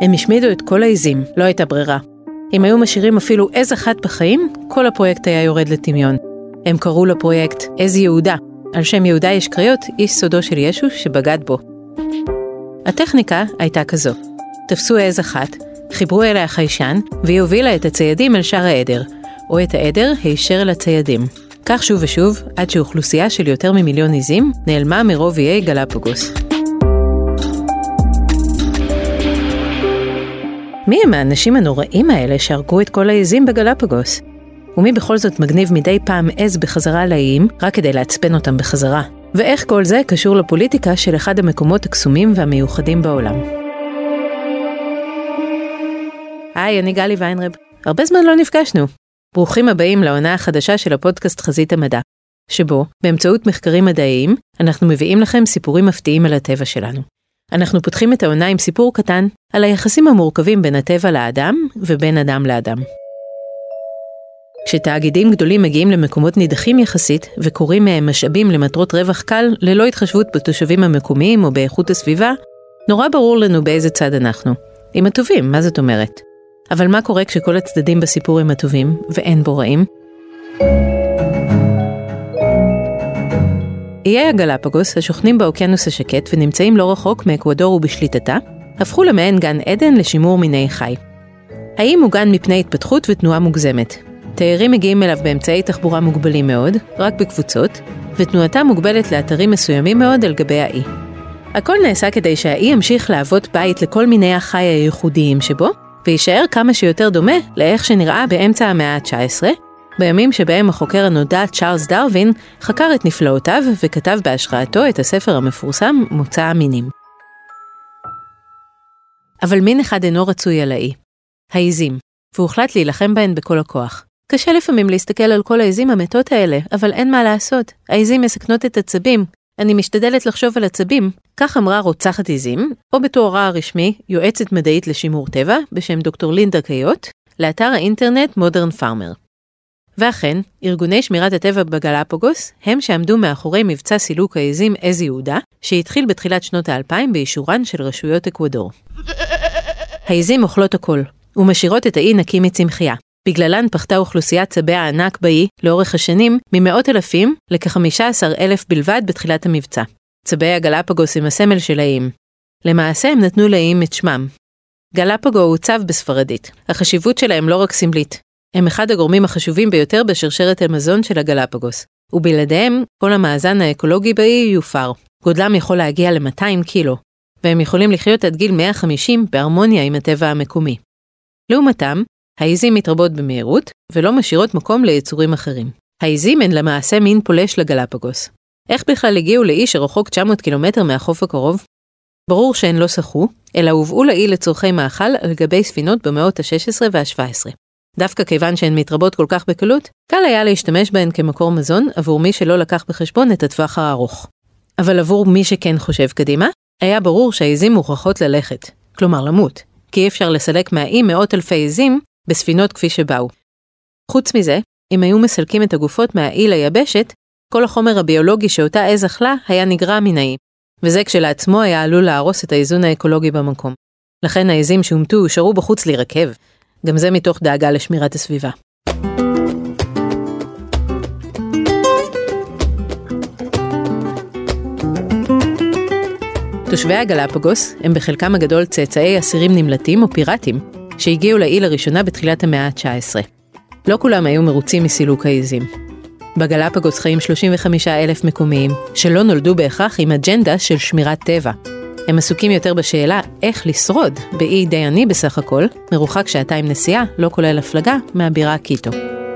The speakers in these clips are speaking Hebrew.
הם השמידו את כל העזים, לא הייתה ברירה. אם היו משאירים אפילו עז אחת בחיים, כל הפרויקט היה יורד לטמיון. הם קראו לפרויקט עז יהודה, על שם יהודה ישקריות, איש סודו של ישו שבגד בו. הטכניקה הייתה כזו. תפסו עז אחת, חיברו אליה חיישן, והיא הובילה את הציידים אל שער העדר, או את העדר הישר אל הציידים. כך שוב ושוב, עד שאוכלוסייה של יותר ממיליון עזים נעלמה מרוב איי גלפגוס. מי הם האנשים הנוראים האלה שהרגו את כל העזים בגלפגוס? ומי בכל זאת מגניב מדי פעם עז בחזרה לאיים, רק כדי להצפן אותם בחזרה? ואיך כל זה קשור לפוליטיקה של אחד המקומות הקסומים והמיוחדים בעולם? היי, אני גלי ויינרב. הרבה זמן לא נפגשנו. ברוכים הבאים לעונה החדשה של הפודקאסט חזית המדע, שבו, באמצעות מחקרים מדעיים, אנחנו מביאים לכם סיפורים מפתיעים על הטבע שלנו. אנחנו פותחים את העונה עם סיפור קטן על היחסים המורכבים בין הטבע לאדם ובין אדם לאדם. כשתאגידים גדולים מגיעים למקומות נידחים יחסית וקוראים מהם משאבים למטרות רווח קל ללא התחשבות בתושבים המקומיים או באיכות הסביבה, נורא ברור לנו באיזה צד אנחנו. עם הטובים, מה זאת אומרת? אבל מה קורה כשכל הצדדים בסיפור הם הטובים ואין בו רעים? איי הגלפגוס, השוכנים באוקיינוס השקט ונמצאים לא רחוק מאקוודור ובשליטתה, הפכו למעין גן עדן לשימור מיני חי. האי מוגן מפני התפתחות ותנועה מוגזמת. תיירים מגיעים אליו באמצעי תחבורה מוגבלים מאוד, רק בקבוצות, ותנועתם מוגבלת לאתרים מסוימים מאוד על גבי האי. הכל נעשה כדי שהאי ימשיך להוות בית לכל מיני החי הייחודיים שבו, וישאר כמה שיותר דומה לאיך שנראה באמצע המאה ה-19, בימים שבהם החוקר הנודע צ'ארלס דרווין חקר את נפלאותיו וכתב בהשראתו את הספר המפורסם מוצא המינים. אבל מין אחד אינו רצוי על האי. העזים, והוחלט להילחם בהן בכל הכוח. קשה לפעמים להסתכל על כל העזים המתות האלה, אבל אין מה לעשות. העזים מסכנות את עצבים. אני משתדלת לחשוב על עצבים, כך אמרה רוצחת עזים, או בתוארה הרשמי, יועצת מדעית לשימור טבע, בשם דוקטור לינדה קיוט, לאתר האינטרנט מודרן פארמר. ואכן, ארגוני שמירת הטבע בגלפגוס הם שעמדו מאחורי מבצע סילוק העזים עז יהודה, שהתחיל בתחילת שנות ה-2000 באישורן של רשויות אקוודור. העזים אוכלות הכל, ומשאירות את האי נקי מצמחייה. בגללן פחתה אוכלוסיית צבי הענק באי לאורך השנים ממאות אלפים לכ-15,000 בלבד בתחילת המבצע. צבי הגלפגוס הם הסמל של האיים. למעשה הם נתנו לאיים את שמם. גלפגו הוצב בספרדית. החשיבות שלהם לא רק סמלית. הם אחד הגורמים החשובים ביותר בשרשרת המזון של הגלפגוס. ובלעדיהם כל המאזן האקולוגי באי יופר. גודלם יכול להגיע ל-200 קילו. והם יכולים לחיות עד גיל 150 בהרמוניה עם הטבע המקומי. לעומתם, העזים מתרבות במהירות ולא משאירות מקום ליצורים אחרים. העזים הן למעשה מין פולש לגלפגוס. איך בכלל הגיעו לאי שרחוק 900 קילומטר מהחוף הקרוב? ברור שהן לא שחו, אלא הובאו לאי לצורכי מאכל על גבי ספינות במאות ה-16 וה-17. דווקא כיוון שהן מתרבות כל כך בקלות, קל היה להשתמש בהן כמקור מזון עבור מי שלא לקח בחשבון את הטווח הארוך. אבל עבור מי שכן חושב קדימה, היה ברור שהעזים מוכרחות ללכת, כלומר למות, כי אי אפשר לסלק מהאי מאות אלפי עזים בספינות כפי שבאו. חוץ מזה, אם היו מסלקים את הגופות מהאי ליבשת, כל החומר הביולוגי שאותה עז אכלה היה נגרע מן האי, וזה כשלעצמו היה עלול להרוס את האיזון האקולוגי במקום. לכן העזים שהומתו שרו בחוץ להירקב, גם זה מתוך דאגה לשמירת הסביבה. תושבי הגלפגוס הם בחלקם הגדול צאצאי אסירים נמלטים או פיראטים, שהגיעו לאי לראשונה בתחילת המאה ה-19. לא כולם היו מרוצים מסילוק העזים. בגלפגוס חיים 35,000 מקומיים, שלא נולדו בהכרח עם אג'נדה של שמירת טבע. הם עסוקים יותר בשאלה איך לשרוד באי די עני בסך הכל, מרוחק שעתיים נסיעה, לא כולל הפלגה, מהבירה קיטו.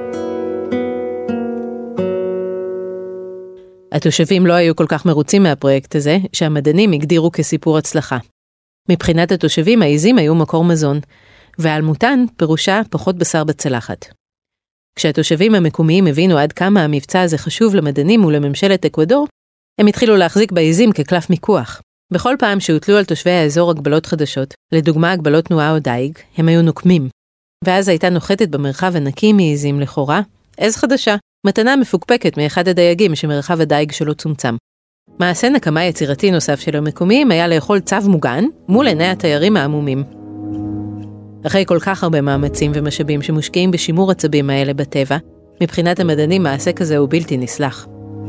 התושבים לא היו כל כך מרוצים מהפרויקט הזה, שהמדענים הגדירו כסיפור הצלחה. מבחינת התושבים, העזים היו מקור מזון, והעלמותן פירושה פחות בשר בצלחת. כשהתושבים המקומיים הבינו עד כמה המבצע הזה חשוב למדענים ולממשלת אקוודור, הם התחילו להחזיק בעזים כקלף מיקוח. בכל פעם שהוטלו על תושבי האזור הגבלות חדשות, לדוגמה הגבלות תנועה או דייג, הם היו נוקמים. ואז הייתה נוחתת במרחב הנקי מעזים לכאורה, עז חדשה, מתנה מפוקפקת מאחד הדייגים שמרחב הדייג שלו צומצם. מעשה נקמה יצירתי נוסף של המקומיים היה לאכול צב מוגן מול עיני התיירים העמומים. אחרי כל כך הרבה מאמצים ומשאבים שמושקעים בשימור עצבים האלה בטבע, מבחינת המדענים מעשה כזה הוא בלתי נסלח.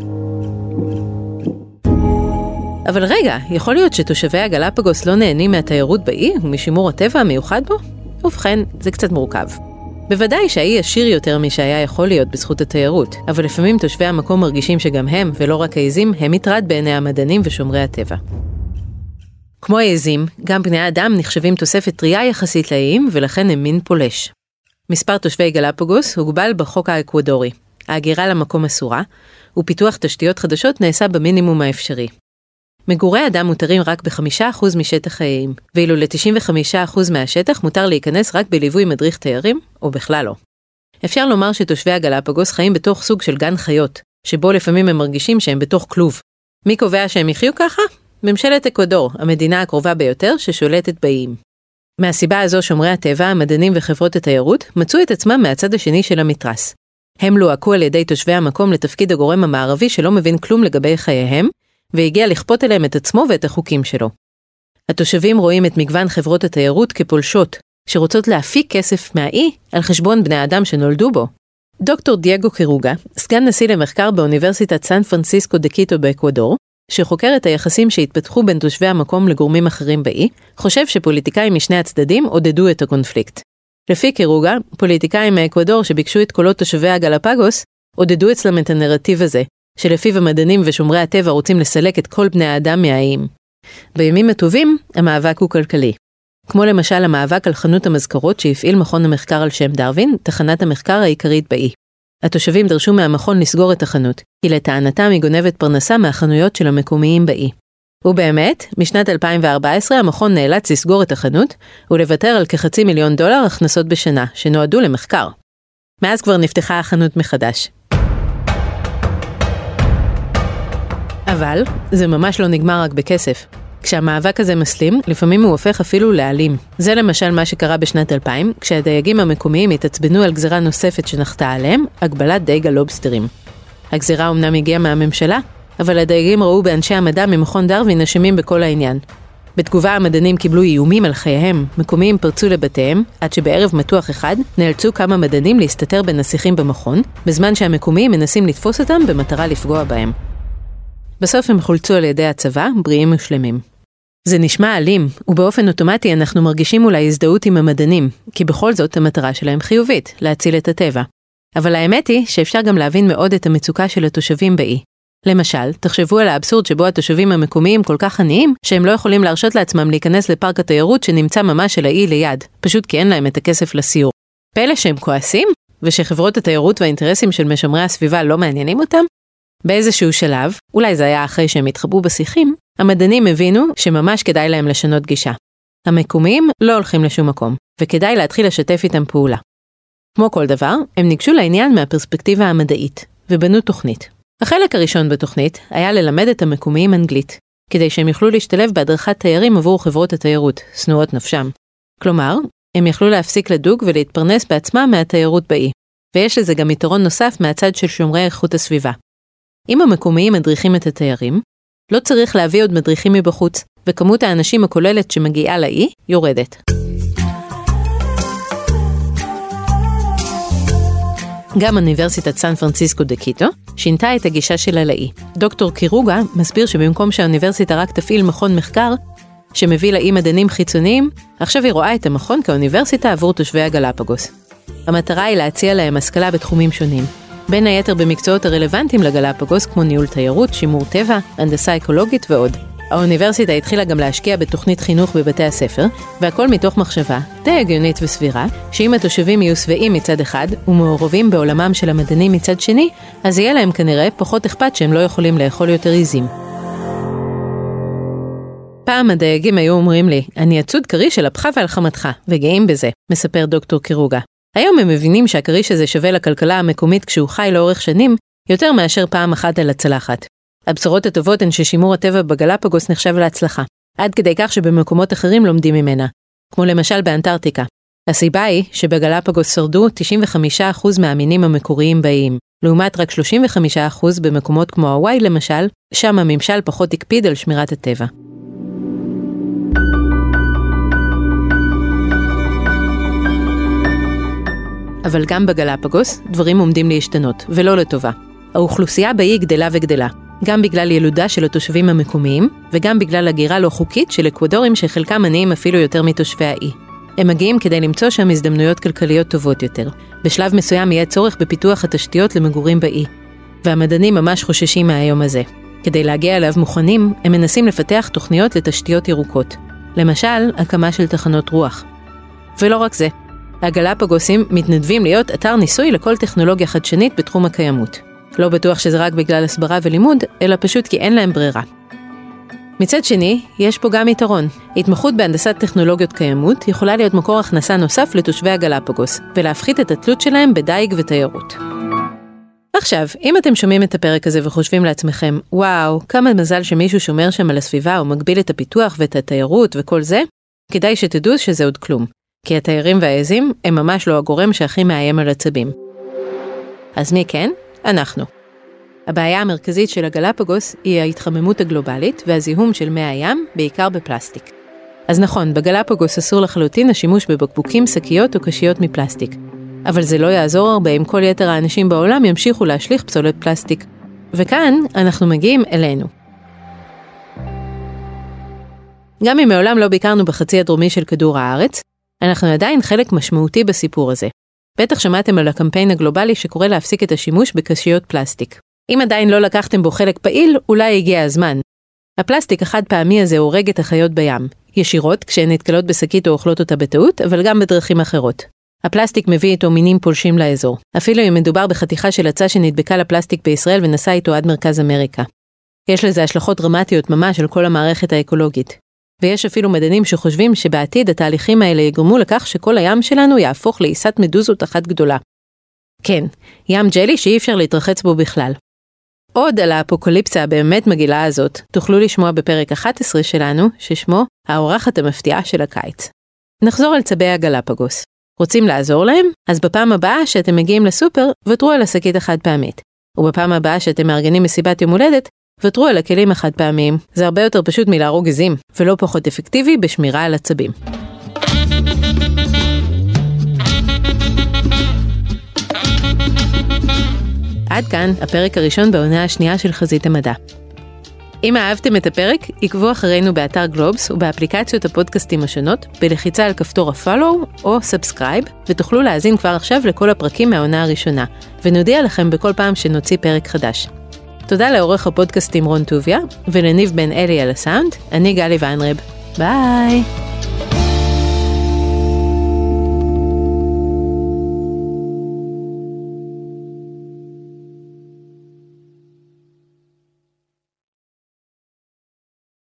אבל רגע, יכול להיות שתושבי הגלפגוס לא נהנים מהתיירות באי ומשימור הטבע המיוחד בו? ובכן, זה קצת מורכב. בוודאי שהאי עשיר יותר משהיה יכול להיות בזכות התיירות, אבל לפעמים תושבי המקום מרגישים שגם הם, ולא רק העזים, הם מטרד בעיני המדענים ושומרי הטבע. כמו העזים, גם בני האדם נחשבים תוספת טריה יחסית לאיים, ולכן הם מין פולש. מספר תושבי גלפגוס הוגבל בחוק האקוודורי. ההגירה למקום אסורה, ופיתוח תשתיות חדשות נעשה במינימום האפשרי. מגורי אדם מותרים רק ב5% משטח האיים, ואילו ל95% מהשטח מותר להיכנס רק בליווי מדריך תיירים, או בכלל לא. אפשר לומר שתושבי הגלפגוס חיים בתוך סוג של גן חיות, שבו לפעמים הם מרגישים שהם בתוך כלוב. מי קובע שהם יחיו ככה? ממשלת אקוודור, המדינה הקרובה ביותר ששולטת באיים. מהסיבה הזו שומרי הטבע, המדענים וחברות התיירות מצאו את עצמם מהצד השני של המתרס. הם לוהקו על ידי תושבי המקום לתפקיד הגורם המערבי שלא מבין כלום לגבי חייהם, והגיע לכפות אליהם את עצמו ואת החוקים שלו. התושבים רואים את מגוון חברות התיירות כפולשות, שרוצות להפיק כסף מהאי על חשבון בני האדם שנולדו בו. דוקטור דייגו קירוגה, סגן נשיא למחקר באוניברסיטת סן פרנסיסקו דה קיטו באקוודור, שחוקר את היחסים שהתפתחו בין תושבי המקום לגורמים אחרים באי, חושב שפוליטיקאים משני הצדדים עודדו את הקונפליקט. לפי קירוגה, פוליטיקאים מאקוודור שביקשו את קולות תושבי הגלפגוס, עודדו אצלם את הנרטיב הזה, שלפיו המדענים ושומרי הטבע רוצים לסלק את כל בני האדם מהאיים. בימים הטובים, המאבק הוא כלכלי. כמו למשל המאבק על חנות המזכרות שהפעיל מכון המחקר על שם דרווין, תחנת המחקר העיקרית באי. התושבים דרשו מהמכון לסגור את החנות, כי לטענתם היא גונבת פרנסה מהחנויות של המקומיים באי. ובאמת, משנת 2014 המכון נאלץ לסגור את החנות, ולוותר על $500,000 הכנסות בשנה, שנועדו למחקר. מאז כבר נפתחה החנות מחדש. אבל זה ממש לא נגמר רק בכסף. כשהמאבק הזה מסלים, לפעמים הוא הופך אפילו לאלים. זה למשל מה שקרה בשנת 2000, כשהדייגים המקומיים התעצבנו על גזירה נוספת שנחתה עליהם, הגבלת דייג הלובסטרים. הגזירה אומנם הגיעה מהממשלה, אבל הדייגים ראו באנשי המדע ממכון דרווין אשמים בכל העניין. בתגובה המדענים קיבלו איומים על חייהם, מקומיים פרצו לבתיהם, עד שבערב מתוח אחד נאלצו כמה מדענים להסתתר בנסיכים במכון, בזמן שהמקומיים מנסים לתפוס אותם במטרה לפגוע בהם. בסוף הם חולצו על ידי הצבא, בריאים ושלמים. זה נשמע אלים, ובאופן אוטומטי אנחנו מרגישים אולי הזדהות עם המדענים, כי בכל זאת המטרה שלהם חיובית, להציל את הטבע. אבל האמת היא שאפשר גם להבין מאוד את המצוקה של התושבים באי. למשל, תחשבו על האבסורד שבו התושבים המקומיים כל כך עניים, שהם לא יכולים להרשות לעצמם להיכנס לפארק התיירות שנמצא ממש על האי ליד, פשוט כי אין להם את הכסף לסיור. פלא שהם כועסים, ושחברות התיירות והאינטרסים של משמרי הסביבה לא מעניינים אותם? באיזשהו שלב, אולי זה היה אחרי שהם התחבאו בשיחים, המדענים הבינו שממש כדאי להם לשנות גישה. המקומיים לא הולכים לשום מקום, וכדאי להתחיל לשתף איתם פעולה. כמו כל דבר, הם ניגשו לעניין מהפרספקטיבה המדעית, ובנו תוכנית. החלק הראשון בתוכנית היה ללמד את המקומיים אנגלית, כדי שהם יוכלו להשתלב בהדרכת תיירים עבור חברות התיירות, שנואות נפשם. כלומר, הם יכלו להפסיק לדוג ולהתפרנס בעצמם מהתיירות באי, ויש לזה גם יתרון נוסף מהצד של שומרי איכות הסביבה. אם המקומיים מדריכים את התיירים, לא צריך להביא עוד מדריכים מבחוץ, וכמות האנשים הכוללת שמגיעה לאי יורדת. גם אוניברסיטת סן פרנסיסקו דה קיטו שינתה את הגישה שלה לאי. דוקטור קירוגה מסביר שבמקום שהאוניברסיטה רק תפעיל מכון מחקר שמביא לאי מדענים חיצוניים, עכשיו היא רואה את המכון כאוניברסיטה עבור תושבי הגלפגוס. המטרה היא להציע להם השכלה בתחומים שונים. בין היתר במקצועות הרלוונטיים לגלפגוס כמו ניהול תיירות, שימור טבע, הנדסה אקולוגית ועוד. האוניברסיטה התחילה גם להשקיע בתוכנית חינוך בבתי הספר, והכל מתוך מחשבה, די הגיונית וסבירה, שאם התושבים יהיו שבעים מצד אחד ומעורבים בעולמם של המדענים מצד שני, אז יהיה להם כנראה פחות אכפת שהם לא יכולים לאכול יותר עיזים. פעם הדייגים היו אומרים לי, אני הצוד קריש על אפך ועל חמתך, וגאים בזה, מספר דוקטור קירוגה. היום הם מבינים שהקריש הזה שווה לכלכלה המקומית כשהוא חי לאורך שנים, יותר מאשר פעם אחת על הצלחת. הבשורות הטובות הן ששימור הטבע בגלפגוס נחשב להצלחה, עד כדי כך שבמקומות אחרים לומדים ממנה, כמו למשל באנטארקטיקה. הסיבה היא שבגלפגוס שרדו 95% מהמינים המקוריים באיים, לעומת רק 35% במקומות כמו הוואי למשל, שם הממשל פחות הקפיד על שמירת הטבע. אבל גם בגלפגוס דברים עומדים להשתנות, ולא לטובה. האוכלוסייה באי גדלה וגדלה, גם בגלל ילודה של התושבים המקומיים, וגם בגלל הגירה לא חוקית של אקוודורים שחלקם עניים אפילו יותר מתושבי האי. הם מגיעים כדי למצוא שם הזדמנויות כלכליות טובות יותר. בשלב מסוים יהיה צורך בפיתוח התשתיות למגורים באי, והמדענים ממש חוששים מהיום הזה. כדי להגיע אליו מוכנים, הם מנסים לפתח תוכניות לתשתיות ירוקות. למשל, הקמה של תחנות רוח. ולא רק זה, הגלפגוסים מתנדבים להיות אתר ניסוי לכל טכנולוגיה חדשנית בתחום הקיימות. לא בטוח שזה רק בגלל הסברה ולימוד, אלא פשוט כי אין להם ברירה. מצד שני, יש פה גם יתרון. התמחות בהנדסת טכנולוגיות קיימות יכולה להיות מקור הכנסה נוסף לתושבי הגלפגוס, ולהפחית את התלות שלהם בדייג ותיירות. עכשיו, אם אתם שומעים את הפרק הזה וחושבים לעצמכם, וואו, כמה מזל שמישהו שומר שם על הסביבה או מגביל את הפיתוח ואת התיירות וכל זה, כדאי שתדעו שזה עוד כלום. כי התיירים והעזים הם ממש לא הגורם שהכי מאיים על עצבים. אז מי כן? אנחנו. הבעיה המרכזית של הגלפגוס היא ההתחממות הגלובלית והזיהום של מי הים, בעיקר בפלסטיק. אז נכון, בגלפגוס אסור לחלוטין השימוש בבקבוקים, שקיות או קשיות מפלסטיק. אבל זה לא יעזור הרבה אם כל יתר האנשים בעולם ימשיכו להשליך פסולת פלסטיק. וכאן אנחנו מגיעים אלינו. גם אם מעולם לא ביקרנו בחצי הדרומי של כדור הארץ, אנחנו עדיין חלק משמעותי בסיפור הזה. בטח שמעתם על הקמפיין הגלובלי שקורא להפסיק את השימוש בקשיות פלסטיק. אם עדיין לא לקחתם בו חלק פעיל, אולי הגיע הזמן. הפלסטיק החד פעמי הזה הורג את החיות בים, ישירות כשהן נתקלות בשקית או אוכלות אותה בטעות, אבל גם בדרכים אחרות. הפלסטיק מביא איתו מינים פולשים לאזור, אפילו אם מדובר בחתיכה של עצה שנדבקה לפלסטיק בישראל ונסע איתו עד מרכז אמריקה. יש לזה השלכות דרמטיות ממש על כל המערכת האקולוגית. ויש אפילו מדענים שחושבים שבעתיד התהליכים האלה יגרמו לכך שכל הים שלנו יהפוך לעיסת מדוזות אחת גדולה. כן, ים ג'לי שאי אפשר להתרחץ בו בכלל. עוד על האפוקליפסה הבאמת מגעילה הזאת, תוכלו לשמוע בפרק 11 שלנו, ששמו האורחת המפתיעה של הקיץ. נחזור על צבי הגלפגוס. רוצים לעזור להם? אז בפעם הבאה שאתם מגיעים לסופר, ותרו על השקית החד פעמית. ובפעם הבאה שאתם מארגנים מסיבת יום הולדת, ותרו על הכלים החד פעמיים. זה הרבה יותר פשוט מלהרוג עזים, ולא פחות אפקטיבי בשמירה על עצבים. עד כאן הפרק הראשון בעונה השנייה של חזית המדע. אם אהבתם את הפרק, עקבו אחרינו באתר גלובס ובאפליקציות הפודקאסטים השונות, בלחיצה על כפתור הפולו או סאבסקרייב, ותוכלו להאזין כבר עכשיו לכל הפרקים מהעונה הראשונה, ונודיע לכם בכל פעם שנוציא פרק חדש. תודה לעורך הפודקאסטים רון טוביה, ולניב בן אלי על הסאונד, אני גלי ויינרב. ביי!